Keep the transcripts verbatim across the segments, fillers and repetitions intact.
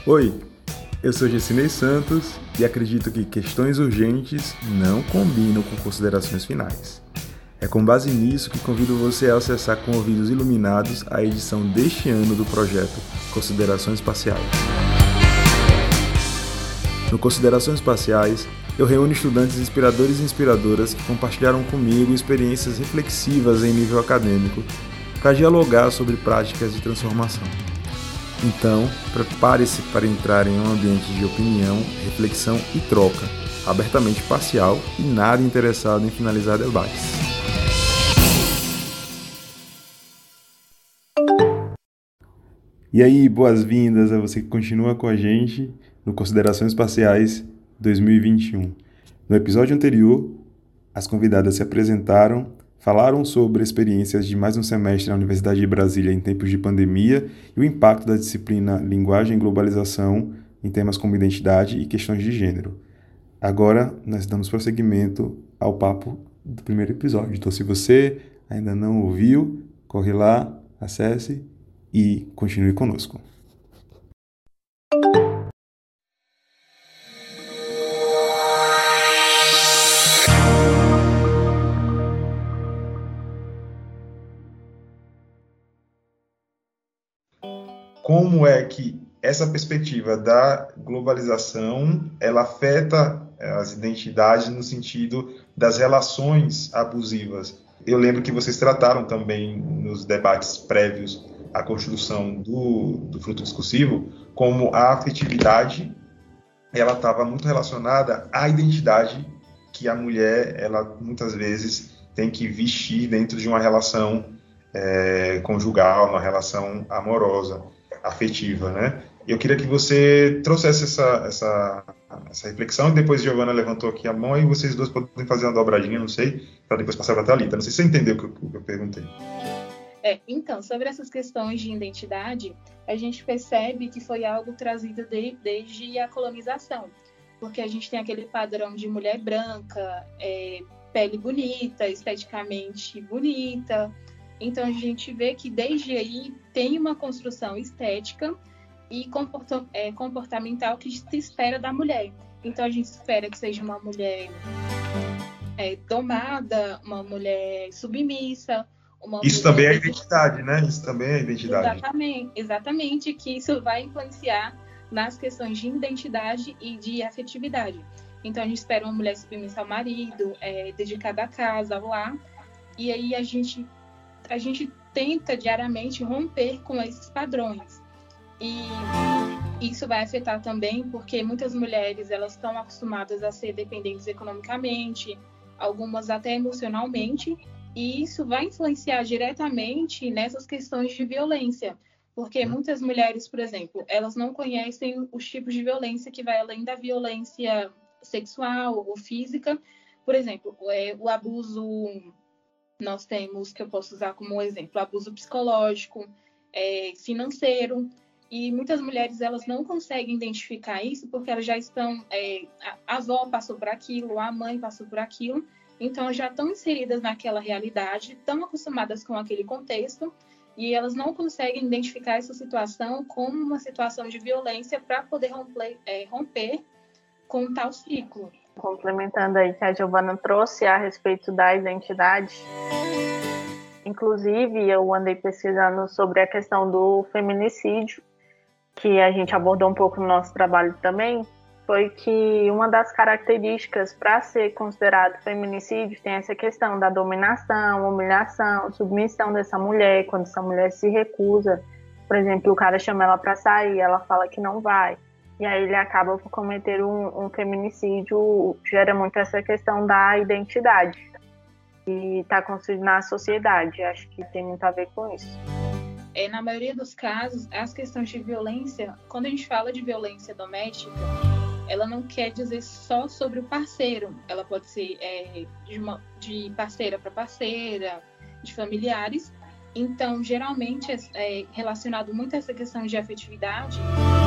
Oi, eu sou Gessinei Santos e acredito que questões urgentes não combinam com considerações finais. É com base nisso que convido você a acessar com ouvidos iluminados a edição deste ano do projeto Considerações Parciais. No Considerações Parciais, eu reúno estudantes inspiradores e inspiradoras que compartilharam comigo experiências reflexivas em nível acadêmico para dialogar sobre práticas de transformação. Então, prepare-se para entrar em um ambiente de opinião, reflexão e troca, abertamente parcial e nada interessado em finalizar debates. E aí, boas-vindas a você que continua com a gente no Considerações Parciais dois mil e vinte e um. No episódio anterior, as convidadas se apresentaram, falaram sobre experiências de mais um semestre na Universidade de Brasília em tempos de pandemia e o impacto da disciplina Linguagem e Globalização em temas como identidade e questões de gênero. Agora, nós damos prosseguimento ao papo do primeiro episódio. Então, se você ainda não ouviu, corre lá, acesse e continue conosco. Como é que essa perspectiva da globalização ela afeta as identidades no sentido das relações abusivas? Eu lembro que vocês trataram também nos debates prévios à construção do, do fruto discursivo como a afetividade ela estava muito relacionada à identidade que a mulher ela muitas vezes tem que vestir dentro de uma relação é, conjugal, uma relação amorosa, afetiva, né? Eu queria que você trouxesse essa, essa, essa reflexão, e depois Giovana levantou aqui a mão, e vocês dois podem fazer uma dobradinha, não sei, para depois passar para a Thalita. Não sei se você entendeu o que eu, o que eu perguntei. É, então, sobre essas questões de identidade, a gente percebe que foi algo trazido de, desde a colonização, porque a gente tem aquele padrão de mulher branca, é, pele bonita, esteticamente bonita. Então, a gente vê que desde aí tem uma construção estética e comportamental que se espera da mulher. Então, a gente espera que seja uma mulher é, domada, uma mulher submissa. Uma isso mulher... também é identidade, né? Isso também é identidade. Exatamente, exatamente, que isso vai influenciar nas questões de identidade e de afetividade. Então, a gente espera uma mulher submissa ao marido, é, dedicada à casa, ao lar, e aí a gente... a gente tenta diariamente romper com esses padrões. E isso vai afetar também porque muitas mulheres elas estão acostumadas a ser dependentes economicamente, algumas até emocionalmente, e isso vai influenciar diretamente nessas questões de violência. Porque muitas mulheres, por exemplo, elas não conhecem os tipos de violência que vai além da violência sexual ou física. Por exemplo, é, o abuso... Nós temos, que eu posso usar como exemplo, abuso psicológico, é, financeiro, e muitas mulheres elas não conseguem identificar isso porque elas já estão, é, a avó passou por aquilo, a mãe passou por aquilo, então já estão inseridas naquela realidade, estão acostumadas com aquele contexto, e elas não conseguem identificar essa situação como uma situação de violência para poder romper, é, romper com tal ciclo. Complementando aí que a Giovana trouxe a respeito da identidade, inclusive eu andei pesquisando sobre a questão do feminicídio, que a gente abordou um pouco no nosso trabalho também, foi que uma das características para ser considerado feminicídio tem essa questão da dominação, humilhação, submissão dessa mulher, quando essa mulher se recusa. Por exemplo, o cara chama ela para sair, ela fala que não vai. E aí ele acaba por cometer um, um feminicídio, gera muito essa questão da identidade. E está construído na sociedade, acho que tem muito a ver com isso. É, na maioria dos casos, as questões de violência, quando a gente fala de violência doméstica, ela não quer dizer só sobre o parceiro. Ela pode ser é, de, uma, de parceira para parceira, de familiares. Então, geralmente, é relacionado muito a essa questão de afetividade.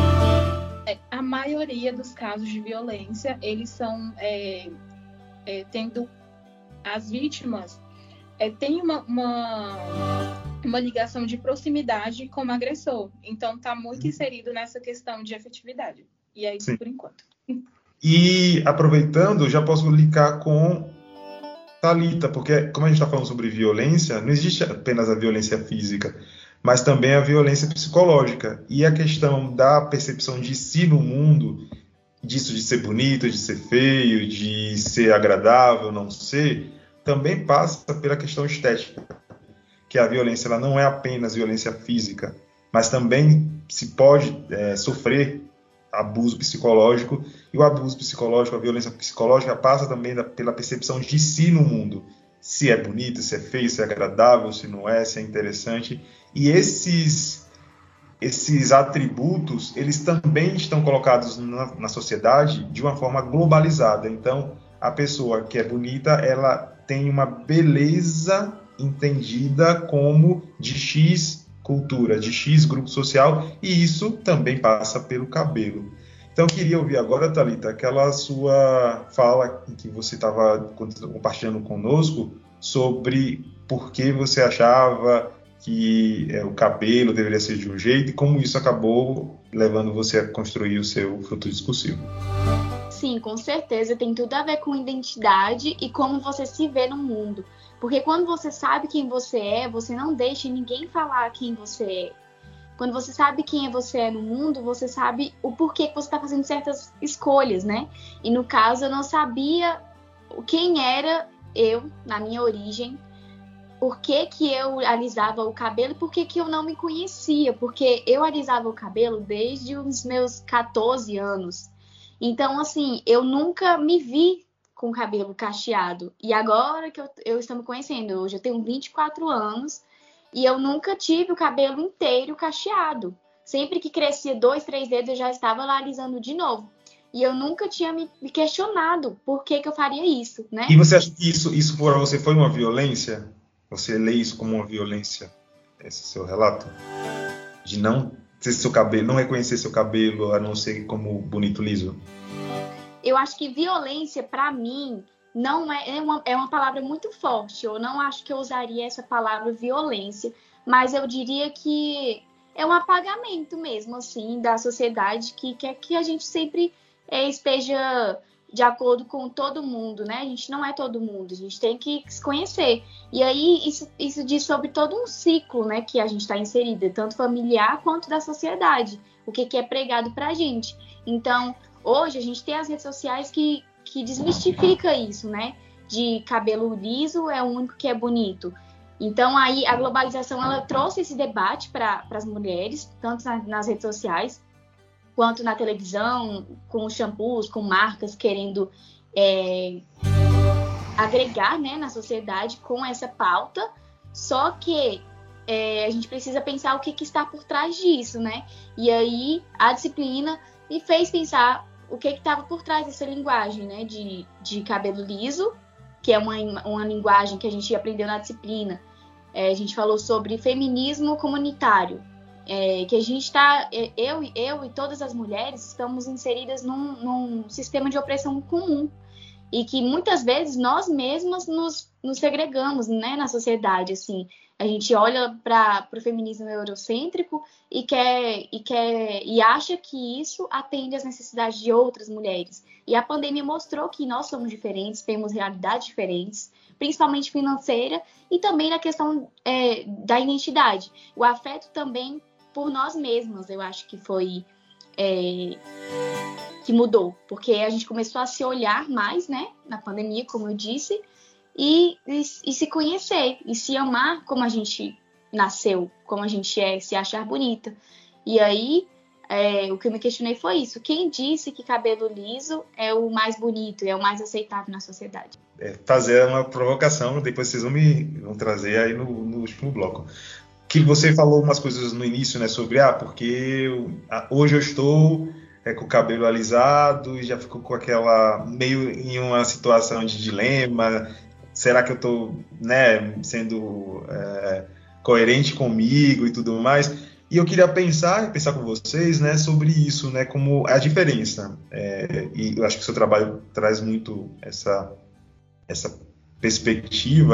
A maioria dos casos de violência, eles são é, é, tendo as vítimas, é, tem uma, uma, uma ligação de proximidade com o agressor. Então, está muito inserido nessa questão de afetividade. E é isso Sim. por enquanto. E, aproveitando, já posso linkar com Thalita, porque, como a gente está falando sobre violência, não existe apenas a violência física, mas também a violência psicológica. E a questão da percepção de si no mundo, disso de ser bonito, de ser feio, de ser agradável, não ser, também passa pela questão estética. Que a violência ela não é apenas violência física, mas também se pode é, sofrer abuso psicológico, e o abuso psicológico, a violência psicológica passa também da, pela percepção de si no mundo, se é bonito, se é feio, se é agradável, se não é, se é interessante, e esses, esses atributos, eles também estão colocados na, na sociedade de uma forma globalizada. Então, a pessoa que é bonita, ela tem uma beleza entendida como de X cultura, de X grupo social, e isso também passa pelo cabelo. Então, eu queria ouvir agora, Thalita, aquela sua fala em que você estava compartilhando conosco sobre por que você achava que é, o cabelo deveria ser de um jeito e como isso acabou levando você a construir o seu fruto discursivo. Sim, com certeza, tem tudo a ver com identidade e como você se vê no mundo. Porque quando você sabe quem você é, você não deixa ninguém falar quem você é. Quando você sabe quem você é no mundo, você sabe o porquê que você está fazendo certas escolhas, né? E no caso, eu não sabia quem era eu, na minha origem, por que que eu alisava o cabelo e por que que eu não me conhecia. Porque eu alisava o cabelo desde os meus catorze anos. Então, assim, eu nunca me vi com cabelo cacheado. E agora que eu, eu estou me conhecendo, hoje eu tenho vinte e quatro anos e eu nunca tive o cabelo inteiro cacheado. Sempre que crescia dois, três dedos, eu já estava lá alisando de novo. E eu nunca tinha me, me questionado por que que eu faria isso, né? E você acha que isso, isso para você foi uma violência? Você lê isso como uma violência, esse seu relato? De não ter seu cabelo, não reconhecer seu cabelo, a não ser como bonito liso? Eu acho que violência, para mim, não é, é, uma, é uma palavra muito forte. Eu não acho que eu usaria essa palavra violência, mas eu diria que é um apagamento mesmo, assim, da sociedade que quer que a gente sempre é, esteja de acordo com todo mundo, né? A gente não é todo mundo, a gente tem que se conhecer. E aí, isso, isso diz sobre todo um ciclo, né, que a gente está inserida, tanto familiar quanto da sociedade, o que, que é pregado pra gente. Então, hoje a gente tem as redes sociais que, que desmistifica isso, né? De cabelo liso é o único que é bonito. Então, aí a globalização ela trouxe esse debate para as mulheres, tanto na, nas redes sociais, quanto na televisão, com shampoos, com marcas querendo é, agregar, né, na sociedade com essa pauta. Só que é, a gente precisa pensar o que, que está por trás disso, né? E aí a disciplina me fez pensar o que estava por trás dessa linguagem, né, de, de cabelo liso, que é uma, uma linguagem que a gente aprendeu na disciplina. É, a gente falou sobre feminismo comunitário, é, que a gente está, eu, eu e todas as mulheres estamos inseridas num, num sistema de opressão comum, e que muitas vezes nós mesmas nos, nos segregamos, né, na sociedade, assim. A gente olha para o feminismo eurocêntrico e, quer, e, quer, e acha que isso atende às necessidades de outras mulheres. E a pandemia mostrou que nós somos diferentes, temos realidades diferentes, principalmente financeira, e também na questão é, da identidade. O afeto também por nós mesmas, eu acho que foi... É, que mudou, porque a gente começou a se olhar mais, né, na pandemia, como eu disse, e, e, e se conhecer, e se amar como a gente nasceu, como a gente é, se achar bonita. E aí, é, o que eu me questionei foi isso: quem disse que cabelo liso é o mais bonito, é o mais aceitável na sociedade? É, fazer uma provocação, depois vocês vão me vão trazer aí no, no último bloco. Que você falou umas coisas no início, né, sobre, ah, porque eu, hoje eu estou é, com o cabelo alisado e já ficou com aquela, meio em uma situação de dilema, será que eu estou, né, sendo é, coerente comigo e tudo mais? E eu queria pensar, pensar com vocês, né, sobre isso, né, como a diferença, é, e eu acho que o seu trabalho traz muito essa, essa perspectiva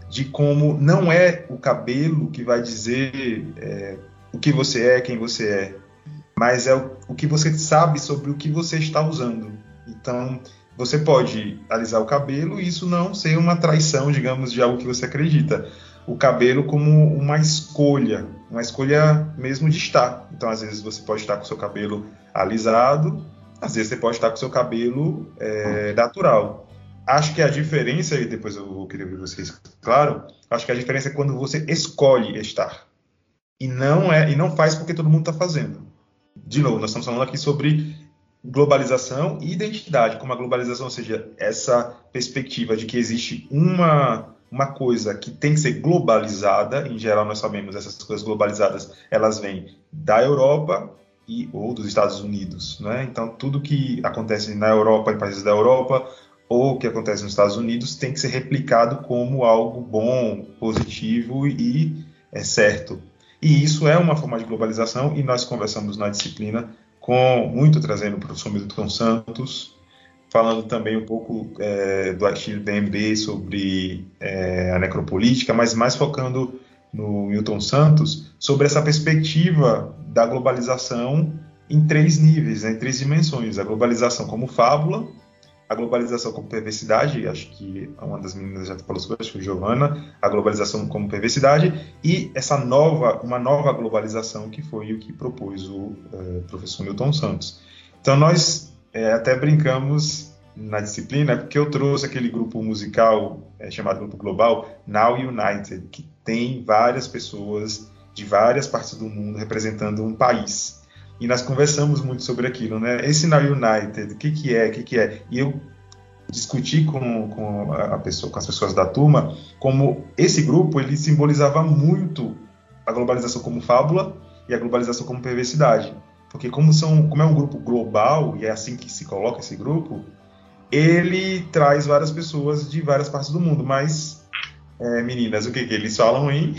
de como não é o cabelo que vai dizer é, o que você é, quem você é, mas é o, o que você sabe sobre o que você está usando. Então, você pode alisar o cabelo e isso não ser uma traição, digamos, de algo que você acredita. O cabelo como uma escolha, uma escolha mesmo de estar. Então, às vezes, você pode estar com o seu cabelo alisado, às vezes você pode estar com o seu cabelo é, natural. Acho que a diferença, e depois eu vou querer ver vocês, claro, acho que a diferença é quando você escolhe estar. E não, é, e não faz porque todo mundo está fazendo. De novo, nós estamos falando aqui sobre globalização e identidade, como a globalização, ou seja, essa perspectiva de que existe uma, uma coisa que tem que ser globalizada. Em geral, nós sabemos, essas coisas globalizadas, elas vêm da Europa e, ou dos Estados Unidos, né? Então, tudo que acontece na Europa, em países da Europa, ou que acontece nos Estados Unidos, tem que ser replicado como algo bom, positivo e é certo. E isso é uma forma de globalização, e nós conversamos na disciplina com, muito trazendo o professor Milton Santos, falando também um pouco é, do artigo da M B sobre é, a necropolítica, mas mais focando no Milton Santos, sobre essa perspectiva da globalização em três níveis, né, em três dimensões. A globalização como fábula, a globalização como perversidade, acho que uma das meninas já falou sobre isso, foi Giovana, a globalização como perversidade, e essa nova, uma nova globalização que foi o que propôs o uh, professor Milton Santos. Então nós é, até brincamos na disciplina, porque eu trouxe aquele grupo musical é, chamado Grupo Global, Now United, que tem várias pessoas de várias partes do mundo representando um país. E nós conversamos muito sobre aquilo, né? Esse Now United, o que que é, o que que é? E eu discuti com, com, a pessoa, com as pessoas da turma, como esse grupo, ele simbolizava muito a globalização como fábula e a globalização como perversidade. Porque como, são, como é um grupo global, e é assim que se coloca esse grupo, ele traz várias pessoas de várias partes do mundo. Mas, é, meninas, o que que eles falam em...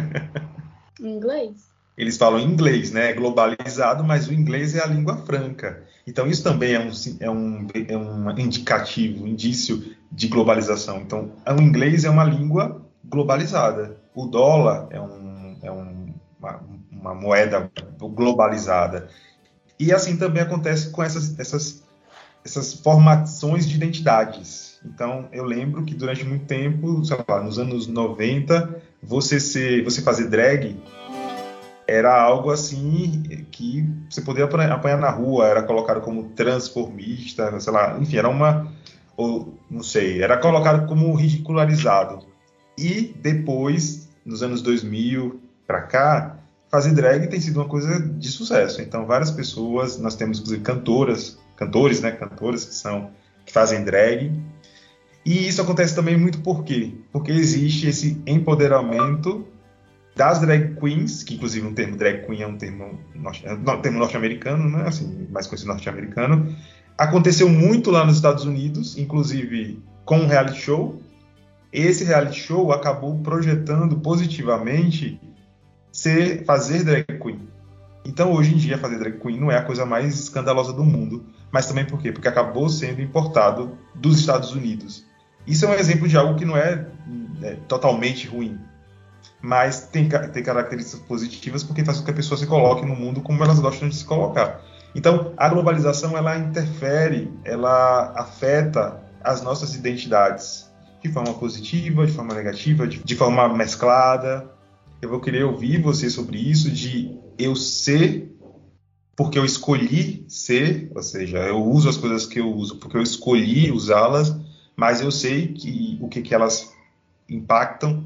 Inglês. Eles falam inglês, né? É globalizado, mas o inglês é a língua franca. Então, isso também é um, é um, é um indicativo, um indício de globalização. Então, o inglês é uma língua globalizada. O dólar é, um, é um, uma, uma moeda globalizada. E assim também acontece com essas, essas, essas formações de identidades. Então, eu lembro que durante muito tempo, sei lá, nos anos noventa, você, ser, você fazer drag... era algo assim que você podia apanhar na rua, era colocado como transformista, sei lá, enfim, era uma, ou não sei, era colocado como ridicularizado. E depois, nos anos dois mil para cá, fazer drag tem sido uma coisa de sucesso. Então, várias pessoas, nós temos inclusive cantoras, cantores, né, cantoras que são que fazem drag. E isso acontece também muito por quê? Porque existe esse empoderamento das drag queens, que inclusive o termo drag queen é um termo, norte, não, termo norte-americano, né? Assim, mais conhecido norte-americano. Aconteceu muito lá nos Estados Unidos, inclusive com um reality show. Esse reality show acabou projetando positivamente ser, fazer drag queen. Então, hoje em dia, fazer drag queen não é a coisa mais escandalosa do mundo. Mas também por quê? Porque acabou sendo importado dos Estados Unidos. Isso é um exemplo de algo que não é, é totalmente ruim, mas tem, tem características positivas porque faz com que a pessoa se coloque no mundo como elas gostam de se colocar. Então, a globalização, ela interfere, ela afeta as nossas identidades de forma positiva, de forma negativa, de, de forma mesclada. Eu vou querer ouvir você sobre isso, de eu ser porque eu escolhi ser, ou seja, eu uso as coisas que eu uso porque eu escolhi usá-las, mas eu sei que, o que, que elas impactam.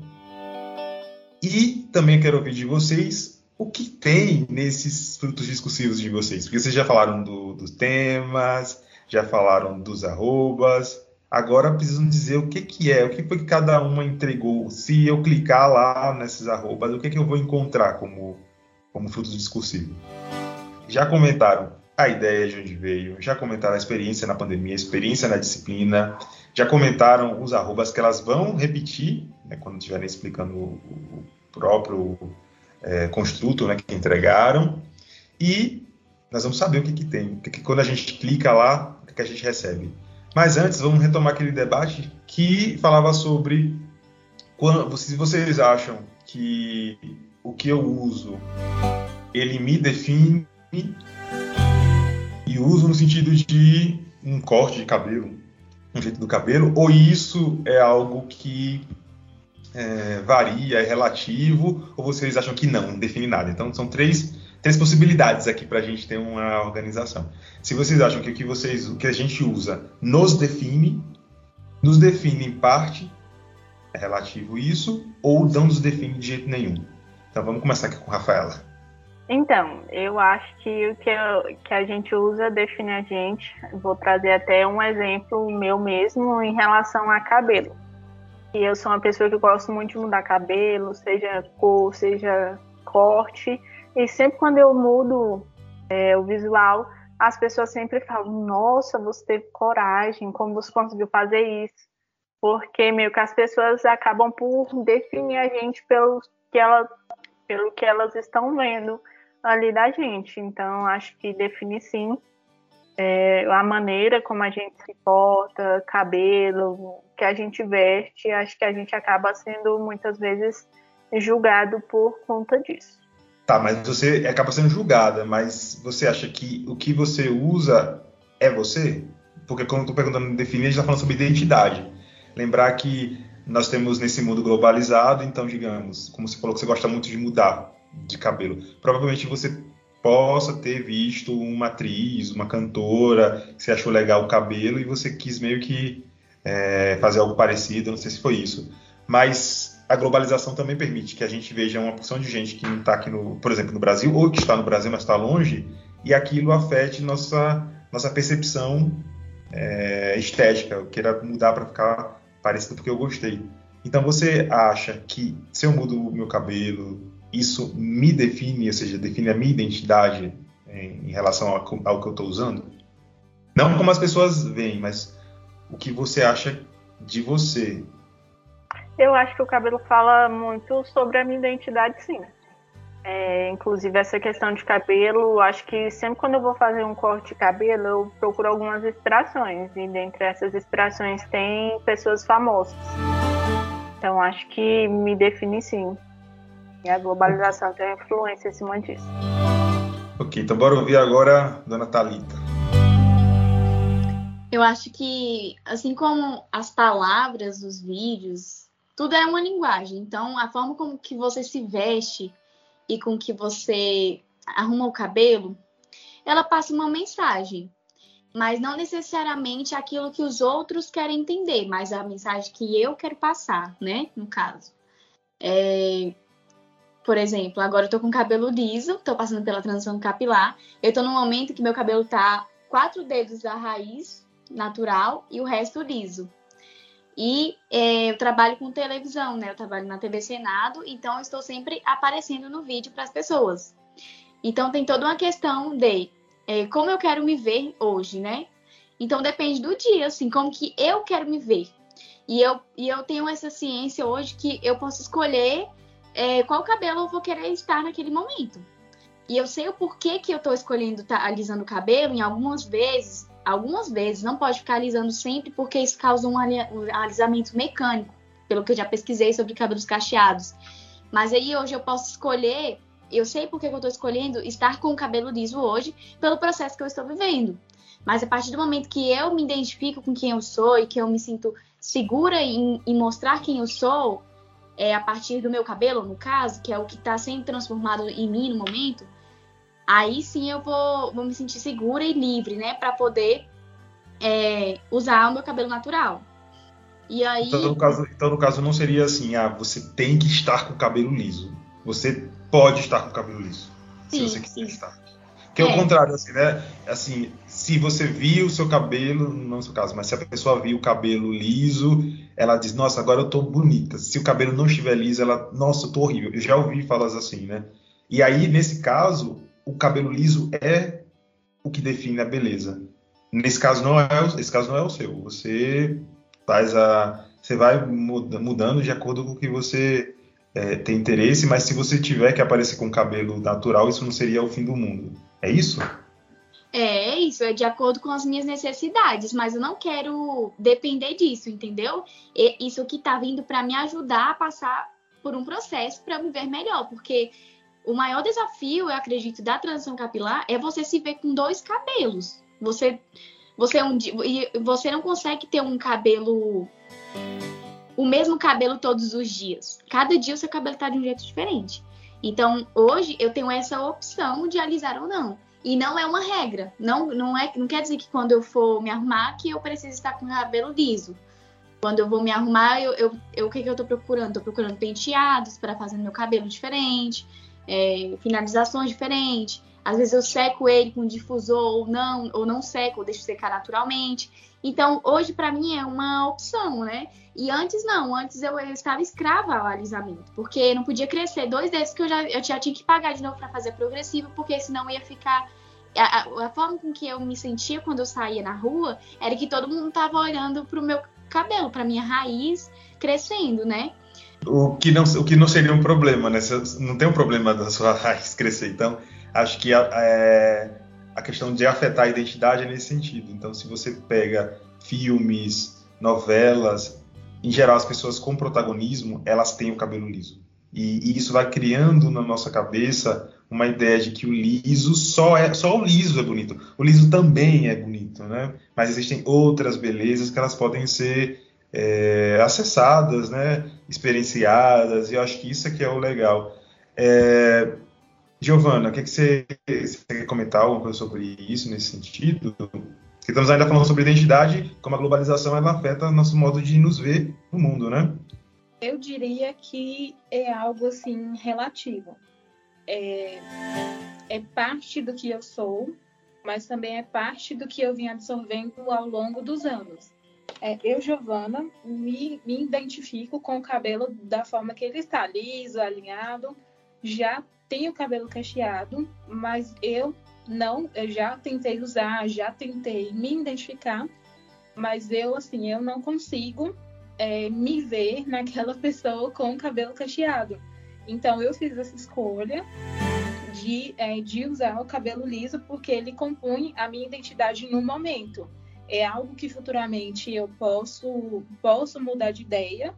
E também quero ouvir de vocês o que tem nesses frutos discursivos de vocês. Porque vocês já falaram do, dos temas, já falaram dos arrobas. Agora precisam dizer o que, que é, o que foi que cada uma entregou. Se eu clicar lá nesses arrobas, o que, que eu vou encontrar como, como frutos discursivos? Já comentaram a ideia de onde veio, já comentaram a experiência na pandemia, a experiência na disciplina, já comentaram os arrobas que elas vão repetir, né, quando estiverem explicando o, o próprio é, construto, né, que entregaram, e nós vamos saber o que, que tem, o que, que quando a gente clica lá, o que, que a gente recebe. Mas antes, vamos retomar aquele debate que falava sobre quando, se vocês acham que o que eu uso, ele me define, e uso no sentido de um corte de cabelo, um jeito do cabelo, ou isso é algo que é, varia, é relativo, ou vocês acham que não, não define nada? Então, são três, três possibilidades aqui para a gente ter uma organização. Se vocês acham que o que, vocês, o que a gente usa nos define, nos define em parte, é relativo isso, ou não nos define de jeito nenhum. Então, vamos começar aqui com a Rafaela. Então, eu acho que o que, eu, que a gente usa define a gente. Vou trazer até um exemplo meu mesmo em relação a cabelo. E eu sou uma pessoa que gosto muito de mudar cabelo, seja cor, seja corte. E sempre quando eu mudo é, o visual, as pessoas sempre falam: nossa, você teve coragem, como você conseguiu fazer isso? Porque meio que as pessoas acabam por definir a gente pelo que, ela, pelo que elas estão vendo ali da gente. Então, acho que define sim é, a maneira como a gente se porta, cabelo, que a gente veste. Acho que a gente acaba sendo muitas vezes julgado por conta disso. Tá, mas você acaba sendo julgada, mas você acha que o que você usa é você? Porque quando eu estou perguntando definir, a gente está falando sobre identidade. Lembrar que nós temos nesse mundo globalizado, então, digamos, como você falou que você gosta muito de mudar de cabelo, provavelmente você possa ter visto uma atriz, uma cantora, que você achou legal o cabelo e você quis meio que é, fazer algo parecido, não sei se foi isso. Mas a globalização também permite que a gente veja uma porção de gente que não está aqui, no, por exemplo, no Brasil, ou que está no Brasil, mas está longe, e aquilo afete nossa, nossa percepção é, estética. Eu queira mudar para ficar parecido porque eu gostei. Então, você acha que se eu mudo o meu cabelo, isso me define, ou seja, define a minha identidade em, em relação ao, ao que eu estou usando? Não como as pessoas veem, mas o que você acha de você. Eu acho que o cabelo fala muito sobre a minha identidade, sim. É, inclusive, essa questão de cabelo, acho que sempre quando eu vou fazer um corte de cabelo, eu procuro algumas inspirações. E dentre essas inspirações tem pessoas famosas. Então, acho que me define, sim. E a globalização tem uma influência em cima disso. Ok, então bora ouvir agora a dona Thalita. Eu acho que, assim como as palavras, os vídeos, tudo é uma linguagem. Então, a forma como que você se veste e com que você arruma o cabelo, ela passa uma mensagem. Mas não necessariamente aquilo que os outros querem entender, mas a mensagem que eu quero passar, né? No caso. É... Por exemplo, agora eu tô com cabelo liso, tô passando pela transição capilar. Eu tô num momento que meu cabelo tá quatro dedos da raiz natural e o resto liso. E é, eu trabalho com televisão, né? Eu trabalho na T V Senado, então eu estou sempre aparecendo no vídeo para as pessoas. Então tem toda uma questão de é, como eu quero me ver hoje, né? Então depende do dia, assim, como que eu quero me ver. E eu, e eu tenho essa ciência hoje que eu posso escolher É, qual cabelo eu vou querer estar naquele momento. E eu sei o porquê que eu estou escolhendo estar tá alisando o cabelo em algumas vezes, algumas vezes, não pode ficar alisando sempre, porque isso causa um, um alisamento mecânico, pelo que eu já pesquisei sobre cabelos cacheados. Mas aí hoje eu posso escolher, eu sei por que eu estou escolhendo estar com o cabelo liso hoje, pelo processo que eu estou vivendo. Mas a partir do momento que eu me identifico com quem eu sou e que eu me sinto segura em, em mostrar quem eu sou, É, a partir do meu cabelo, no caso, que é o que está sendo transformado em mim no momento, aí sim eu vou, vou me sentir segura e livre, né? Para poder é, usar o meu cabelo natural. E aí... Então no, caso, então, no caso, não seria assim, ah, você tem que estar com o cabelo liso. Você pode estar com o cabelo liso, sim, se você quiser sim. estar. Porque é o contrário, assim, né? Assim, se você viu o seu cabelo, não no seu caso, mas se a pessoa viu o cabelo liso, ela diz, nossa, agora eu tô bonita. Se o cabelo não estiver liso, ela, nossa, eu tô horrível. Eu já ouvi falas assim, né? E aí, nesse caso, o cabelo liso é o que define a beleza. Nesse caso não é, esse caso não é o seu. Você faz a, você vai mudando de acordo com o que você é, tem interesse, mas se você tiver que aparecer com cabelo natural, isso não seria o fim do mundo. É isso? É, isso é de acordo com as minhas necessidades, mas eu não quero depender disso, entendeu? E isso que tá vindo para me ajudar a passar por um processo para me ver melhor, porque o maior desafio, eu acredito, da transição capilar é você se ver com dois cabelos. Você, você, um, você não consegue ter um cabelo, o mesmo cabelo todos os dias. Cada dia o seu cabelo tá de um jeito diferente. Então, hoje eu tenho essa opção de alisar ou não. E não é uma regra. Não, não, é, não quer dizer que quando eu for me arrumar que eu preciso estar com o cabelo liso. Quando eu vou me arrumar, eu, eu, eu, o que, que eu tô procurando? Tô procurando penteados para fazer meu cabelo diferente, é, finalizações diferentes. Às vezes eu seco ele com difusor ou não, ou não seco, ou deixo secar naturalmente. Então, hoje para mim é uma opção, né? E antes não, antes eu, eu estava escrava ao alisamento, porque não podia crescer dois dedos que eu já, eu já tinha que pagar de novo para fazer progressivo, porque senão ia ficar... A, a, a forma com que eu me sentia quando eu saía na rua era que todo mundo estava olhando pro meu cabelo, para minha raiz crescendo, né? O que não, o que não seria um problema, né? Não tem um problema da sua raiz crescer, então acho que a, é, a questão de afetar a identidade é nesse sentido. Então, se você pega filmes, novelas, em geral, as pessoas com protagonismo, elas têm o cabelo liso. E, e isso vai criando na nossa cabeça uma ideia de que o liso, só, é, só o liso é bonito. O liso também é bonito, né? Mas existem outras belezas que elas podem ser é, acessadas, né? Experienciadas, e eu acho que isso aqui é o legal. É, Giovana, o que, que você, você quer comentar alguma coisa sobre isso, nesse sentido? Porque estamos ainda falando sobre identidade, como a globalização ela afeta nosso modo de nos ver no mundo, né? Eu diria que é algo assim relativo. É, é parte do que eu sou, mas também é parte do que eu vim absorvendo ao longo dos anos. É, eu, Giovana, me, me identifico com o cabelo da forma que ele está, liso, alinhado. Já tenho cabelo cacheado, mas eu não, eu já tentei usar, já tentei me identificar, mas eu, assim, eu não consigo é, me ver naquela pessoa com cabelo cacheado. Então, eu fiz essa escolha de, é, de usar o cabelo liso porque ele compõe a minha identidade no momento. É algo que futuramente eu posso, posso mudar de ideia,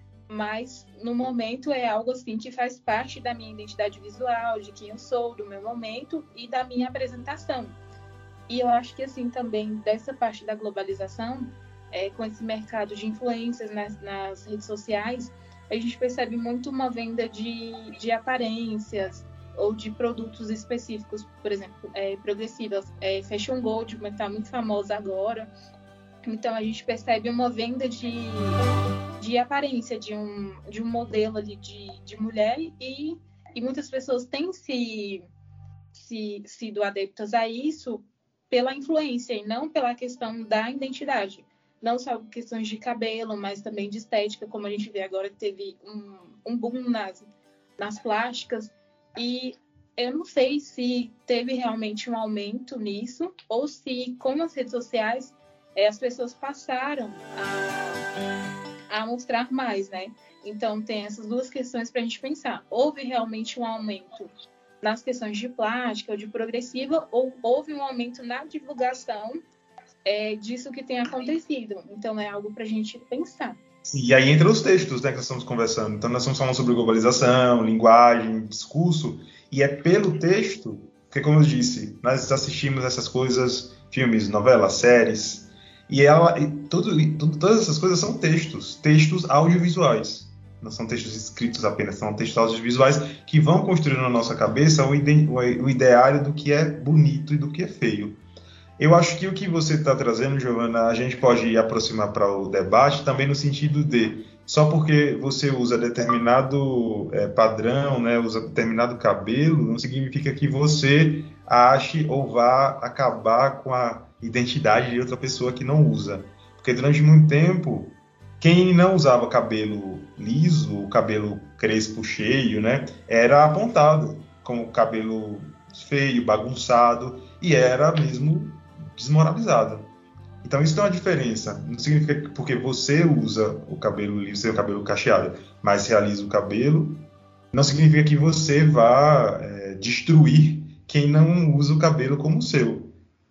mas no momento é algo assim que faz parte da minha identidade visual, de quem eu sou, do meu momento e da minha apresentação. E eu acho que assim também dessa parte da globalização, é, com esse mercado de influências nas, nas redes sociais, a gente percebe muito uma venda de, de aparências ou de produtos específicos, por exemplo, é, progressivas, é, Fashion Gold, que está muito famosa agora. Então a gente percebe uma venda de, de aparência de um, de um modelo ali de, de mulher e, e muitas pessoas têm se, se, sido adeptas a isso pela influência e não pela questão da identidade. Não só questões de cabelo, mas também de estética, como a gente vê agora que teve um, um boom nas, nas plásticas. E eu não sei se teve realmente um aumento nisso ou se, com as redes sociais, as pessoas passaram a, a mostrar mais, né? Então, tem essas duas questões para a gente pensar. Houve realmente um aumento nas questões de plástica ou de progressiva, ou houve um aumento na divulgação é, disso que tem acontecido. Então, é algo para a gente pensar. E aí entra os textos, né, que nós estamos conversando. Então, nós estamos falando sobre globalização, linguagem, discurso, e é pelo texto, porque, como eu disse, nós assistimos essas coisas, filmes, novelas, séries, e, ela, e tudo, tudo, todas essas coisas são textos, textos audiovisuais. Não são textos escritos apenas, são textos audiovisuais que vão construir na nossa cabeça o, ide, o ideário do que é bonito e do que é feio. Eu acho que o que você está trazendo, Giovana, a gente pode aproximar para o debate também no sentido de, só porque você usa determinado é, padrão, né, usa determinado cabelo, não significa que você ache ou vá acabar com a identidade de outra pessoa que não usa. Porque durante muito tempo, quem não usava cabelo liso, cabelo crespo cheio, né, era apontado como cabelo feio, bagunçado, e era mesmo desmoralizado. Então isso tem uma diferença. Não significa que porque você usa o cabelo liso, seu cabelo cacheado, mas realiza o cabelo, não significa que você vá é, destruir quem não usa o cabelo como o seu.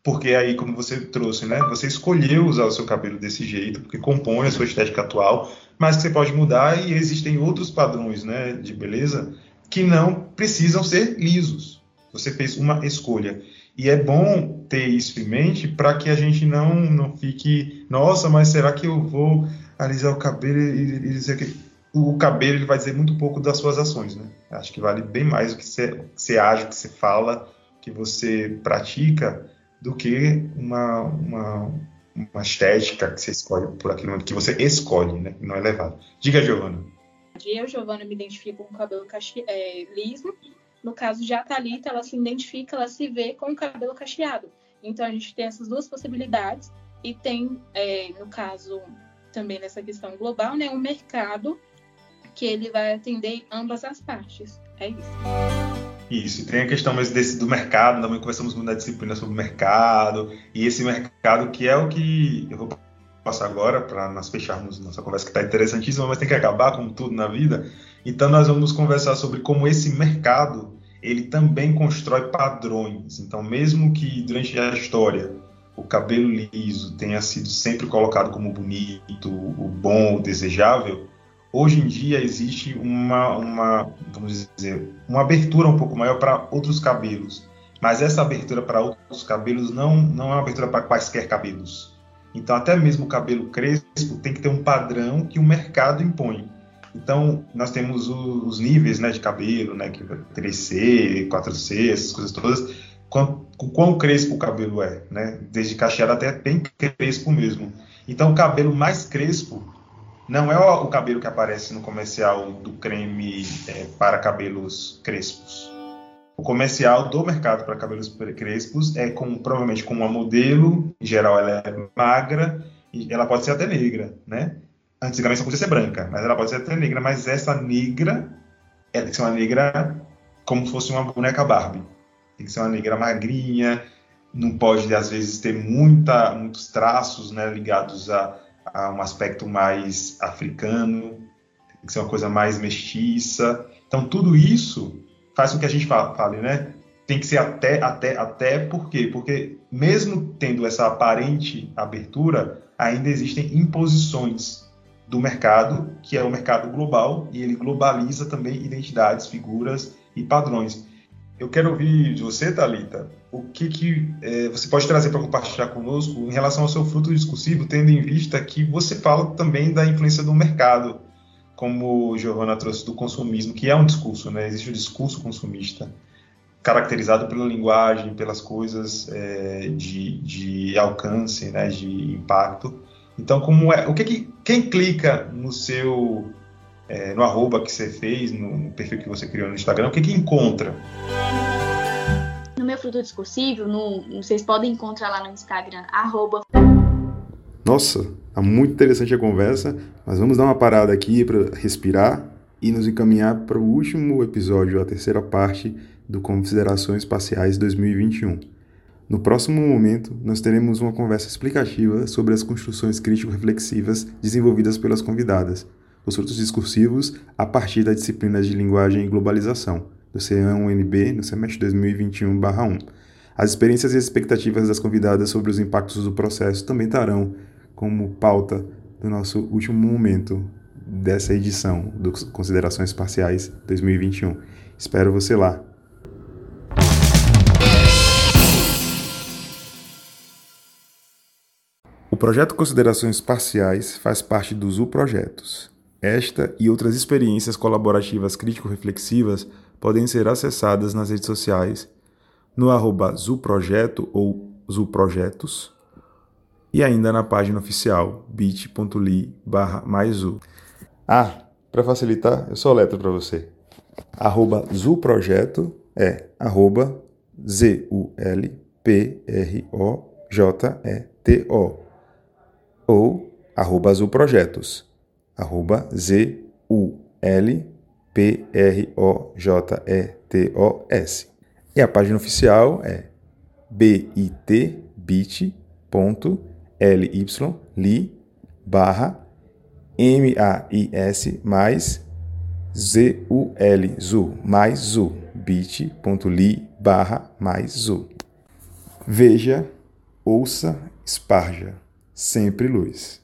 porque aí, como você trouxe, né, você escolheu usar o seu cabelo desse jeito, porque compõe a sua estética atual, mas que você pode mudar e existem outros padrões, né, de beleza que não precisam ser lisos. Você fez uma escolha. E é bom ter isso em mente para que a gente não, não fique, nossa, mas será que eu vou alisar o cabelo e, e dizer que o cabelo ele vai dizer muito pouco das suas ações, né? Acho que vale bem mais o que você, que você age, o que você fala, que você pratica, do que uma, uma, uma estética que você escolhe por aquilo que você escolhe, né? Não é levado. Diga, Giovana. Eu, Giovana, me identifico com o cabelo cache... é, liso. No caso de a Thalita, ela se identifica, ela se vê com o cabelo cacheado. Então, a gente tem essas duas possibilidades. E tem, é, no caso, também nessa questão global, né, um mercado que ele vai atender ambas as partes. É isso. Isso, e tem a questão mesmo desse, do mercado, também conversamos muito na disciplina sobre o mercado, e esse mercado que é o que eu vou passar agora, para nós fecharmos nossa conversa, que está interessantíssima, mas tem que acabar, como tudo na vida. Então nós vamos conversar sobre como esse mercado, ele também constrói padrões. Então mesmo que durante a história o cabelo liso tenha sido sempre colocado como bonito, o bom, o desejável, hoje em dia existe uma, uma, vamos dizer, uma abertura um pouco maior para outros cabelos. Mas essa abertura para outros cabelos não, não é uma abertura para quaisquer cabelos. Então, até mesmo o cabelo crespo tem que ter um padrão que o mercado impõe. Então, nós temos o, os níveis, né, de cabelo, né, que três C, quatro C, essas coisas todas. Quão, quão crespo o cabelo é, né? Desde cacheado até bem crespo mesmo. Então, o cabelo mais crespo não é o cabelo que aparece no comercial do creme é, para cabelos crespos. O comercial do mercado para cabelos crespos é com, provavelmente com uma modelo, em geral ela é magra, e ela pode ser até negra, né? Antigamente só podia ser branca, mas ela pode ser até negra, mas essa negra, ela tem que ser uma negra como se fosse uma boneca Barbie. Tem que ser uma negra magrinha, não pode, às vezes, ter muita, muitos traços, né, ligados a a um aspecto mais africano, tem que ser uma coisa mais mestiça. Então, tudo isso faz com que a gente fale, né? Tem que ser até, até, até, por quê? Porque mesmo tendo essa aparente abertura, ainda existem imposições do mercado, que é o mercado global, e ele globaliza também identidades, figuras e padrões. Eu quero ouvir de você, Thalita, o que, que é, você pode trazer para compartilhar conosco em relação ao seu fruto discursivo, tendo em vista que você fala também da influência do mercado, como Giovana trouxe do consumismo, que é um discurso, né? Existe um discurso consumista, caracterizado pela linguagem, pelas coisas é, de, de alcance, né? De impacto. Então, como é, o que, que quem clica no seu É, no arroba que você fez, no perfil que você criou no Instagram, o que que encontra? No meu fruto discursivo, no, vocês podem encontrar lá no Instagram, arroba... Nossa, tá muito interessante a conversa, mas vamos dar uma parada aqui para respirar e nos encaminhar para o último episódio, a terceira parte do Considerações Parciais dois mil e vinte e um. No próximo momento, nós teremos uma conversa explicativa sobre as construções crítico-reflexivas desenvolvidas pelas convidadas, os frutos discursivos a partir da disciplina de Linguagem e Globalização, do C E A U N B, no semestre dois mil e vinte e um barra um. As experiências e expectativas das convidadas sobre os impactos do processo também estarão como pauta do nosso último momento dessa edição do Considerações Parciais dois mil e vinte e um. Espero você lá. O projeto Considerações Parciais faz parte dos U Projetos. Esta e outras experiências colaborativas crítico-reflexivas podem ser acessadas nas redes sociais, no arroba Zuprojeto ou Zuprojetos, e ainda na página oficial bit.ly barra mais U. Ah, para facilitar, eu só letro para você. Arroba Zuprojeto é arroba Z U L P R O J E T O ou arroba Zuprojetos. arroba Z U L P R O J E T O S. E a página oficial é bit.ly barra M A I S mais Z U L Zu mais Zu bit.ly barra mais Zu. Veja Ouça, esparja, sempre luz.